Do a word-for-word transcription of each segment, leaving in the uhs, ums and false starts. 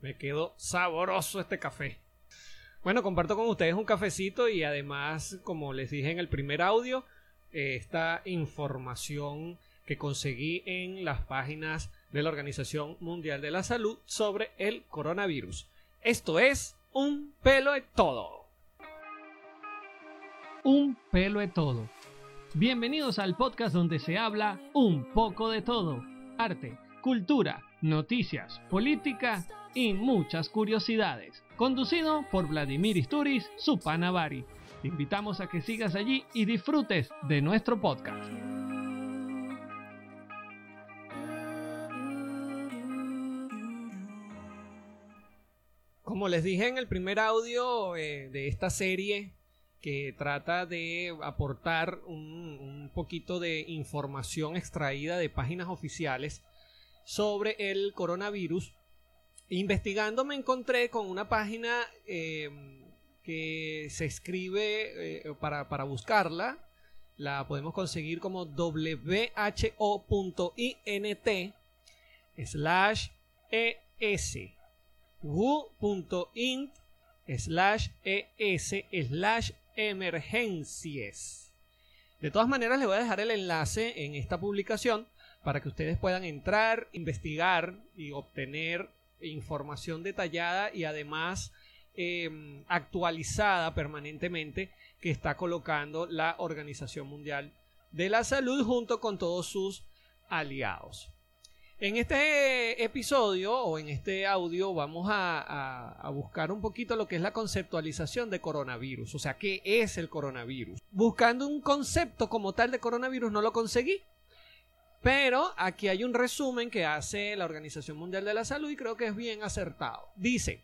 Me quedó sabroso este café. Bueno, comparto con ustedes un cafecito y además, como les dije en el primer audio, eh, esta información que conseguí en las páginas de la Organización Mundial de la Salud sobre el coronavirus. Esto es Un Pelo de Todo. Un Pelo de Todo. Bienvenidos al podcast donde se habla un poco de todo. Arte, cultura, noticias, política y muchas curiosidades. Conducido por Vladimir Isturiz, su pana Bari. Te invitamos a que sigas allí y disfrutes de nuestro podcast. Como les dije en el primer audio eh, de esta serie, que trata de aportar un, un poquito de información extraída de páginas oficiales sobre el coronavirus, investigando me encontré con una página eh, que se escribe eh, para, para buscarla. La podemos conseguir como w h o punto int slash es wu punto int slash es slash emergencias. De todas maneras, les voy a dejar el enlace en esta publicación para que ustedes puedan entrar, investigar y obtener información detallada y además eh, actualizada permanentemente que está colocando la Organización Mundial de la Salud junto con todos sus aliados. En este episodio o en este audio vamos a, a, a buscar un poquito lo que es la conceptualización de coronavirus, o sea, ¿qué es el coronavirus? Buscando un concepto como tal de coronavirus no lo conseguí, pero aquí hay un resumen que hace la Organización Mundial de la Salud y creo que es bien acertado. Dice,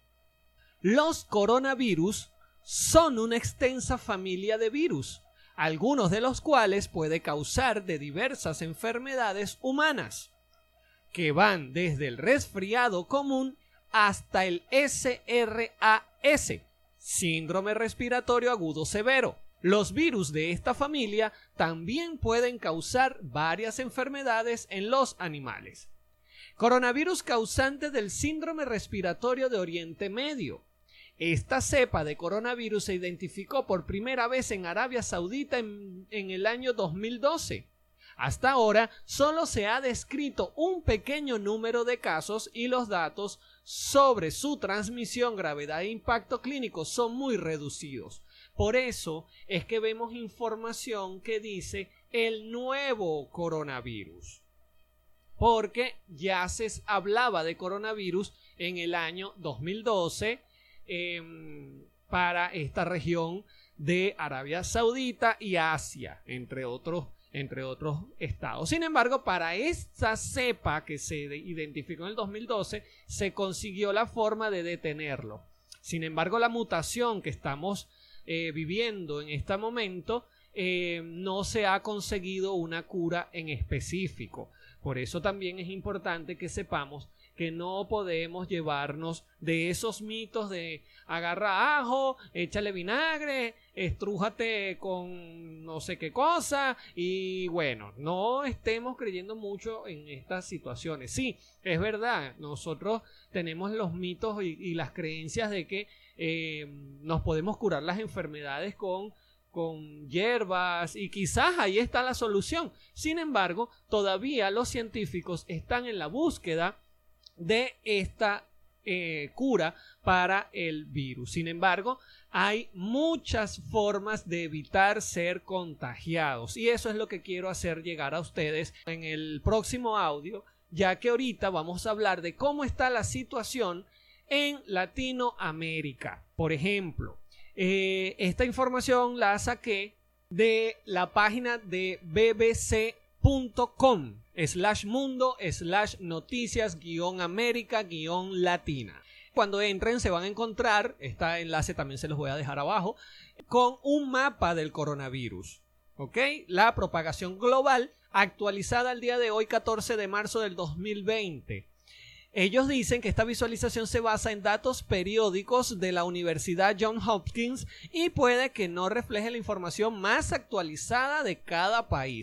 los coronavirus son una extensa familia de virus, algunos de los cuales puede causar de diversas enfermedades humanas, que van desde el resfriado común hasta el S R A S, síndrome respiratorio agudo severo. Los virus de esta familia también pueden causar varias enfermedades en los animales. Coronavirus causante del síndrome respiratorio de Oriente Medio. Esta cepa de coronavirus se identificó por primera vez en Arabia Saudita en, en el año dos mil doce. Hasta ahora solo se ha descrito un pequeño número de casos y los datos sobre su transmisión, gravedad e impacto clínico son muy reducidos. Por eso es que vemos información que dice el nuevo coronavirus, porque ya se hablaba de coronavirus en el año dos mil doce eh, para esta región de Arabia Saudita y Asia, entre otros entre otros estados. Sin embargo, para esta cepa que se identificó en el dos mil doce, se consiguió la forma de detenerlo. Sin embargo, la mutación que estamos eh, viviendo en este momento, eh, no se ha conseguido una cura en específico. Por eso también es importante que sepamos que no podemos llevarnos de esos mitos de agarra ajo, échale vinagre, estrújate con no sé qué cosa y bueno, no estemos creyendo mucho en estas situaciones. Sí, es verdad, nosotros tenemos los mitos y, y las creencias de que eh, nos podemos curar las enfermedades con con hierbas y quizás ahí está la solución. Sin embargo, todavía los científicos están en la búsqueda de esta eh, cura para el virus. Sin embargo, hay muchas formas de evitar ser contagiados y eso es lo que quiero hacer llegar a ustedes en el próximo audio, ya que ahorita vamos a hablar de cómo está la situación en Latinoamérica. Por ejemplo, eh, esta información la saqué de la página de b b c punto com slash mundo slash noticias guión américa guión latina. Cuando entren se van a encontrar, este enlace también se los voy a dejar abajo, con un mapa del coronavirus, ¿ok? La propagación global actualizada al día de hoy, catorce de marzo del dos mil veinte. Ellos dicen que esta visualización se basa en datos periódicos de la Universidad Johns Hopkins y puede que no refleje la información más actualizada de cada país.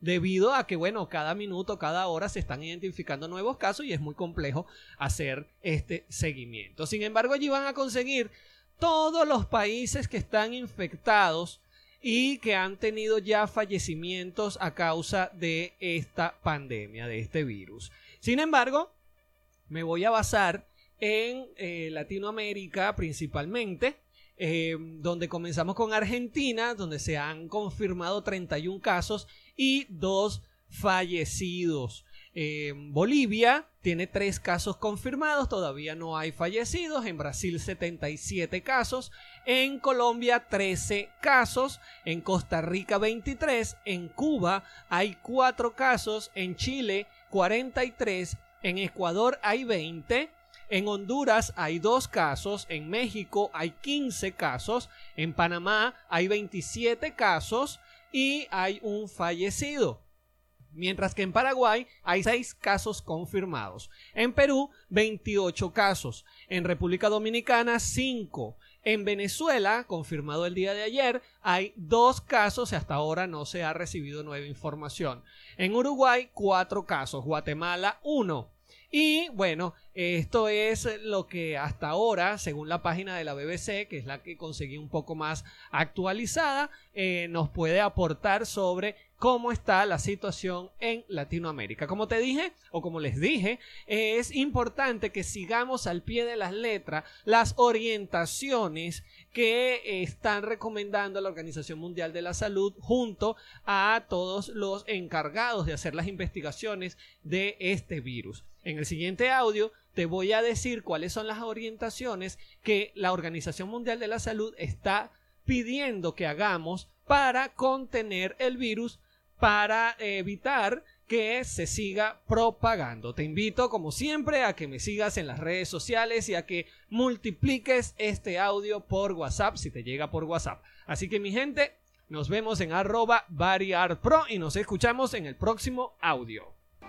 debido a que, bueno, cada minuto, cada hora se están identificando nuevos casos y es muy complejo hacer este seguimiento. Sin embargo, allí van a conseguir todos los países que están infectados y que han tenido ya fallecimientos a causa de esta pandemia, de este virus. Sin embargo, me voy a basar en eh, Latinoamérica principalmente, eh, donde comenzamos con Argentina, donde se han confirmado treinta y un casos y dos fallecidos. Eh, Bolivia tiene tres casos confirmados, todavía no hay fallecidos. En Brasil setenta y siete casos, en Colombia trece casos, en Costa Rica veintitrés, en Cuba hay cuatro casos, en Chile cuarenta y tres, en Ecuador hay veinte, en Honduras hay dos casos, en México hay quince casos, en Panamá hay veintisiete casos y hay un fallecido. Mientras que en Paraguay hay seis casos confirmados. En Perú, veintiocho casos. En República Dominicana, cinco. En Venezuela, confirmado el día de ayer, hay dos casos y hasta ahora no se ha recibido nueva información. En Uruguay, cuatro casos. Guatemala, uno. Y bueno, esto es lo que hasta ahora, según la página de la B B C, que es la que conseguí un poco más actualizada, eh, nos puede aportar sobre cómo está la situación en Latinoamérica. Como te dije, o como les dije, eh, es importante que sigamos al pie de las letras las orientaciones que eh, están recomendando la Organización Mundial de la Salud junto a todos los encargados de hacer las investigaciones de este virus. En el siguiente audio te voy a decir cuáles son las orientaciones que la Organización Mundial de la Salud está pidiendo que hagamos para contener el virus, para evitar que se siga propagando. Te invito, como siempre, a que me sigas en las redes sociales y a que multipliques este audio por WhatsApp, si te llega por WhatsApp. Así que, mi gente, nos vemos en arroba VariArtPro y nos escuchamos en el próximo audio.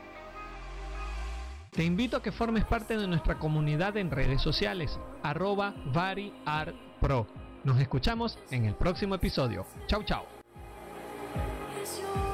Te invito a que formes parte de nuestra comunidad en redes sociales, arroba VariArtPro. Nos escuchamos en el próximo episodio. Chau, chau.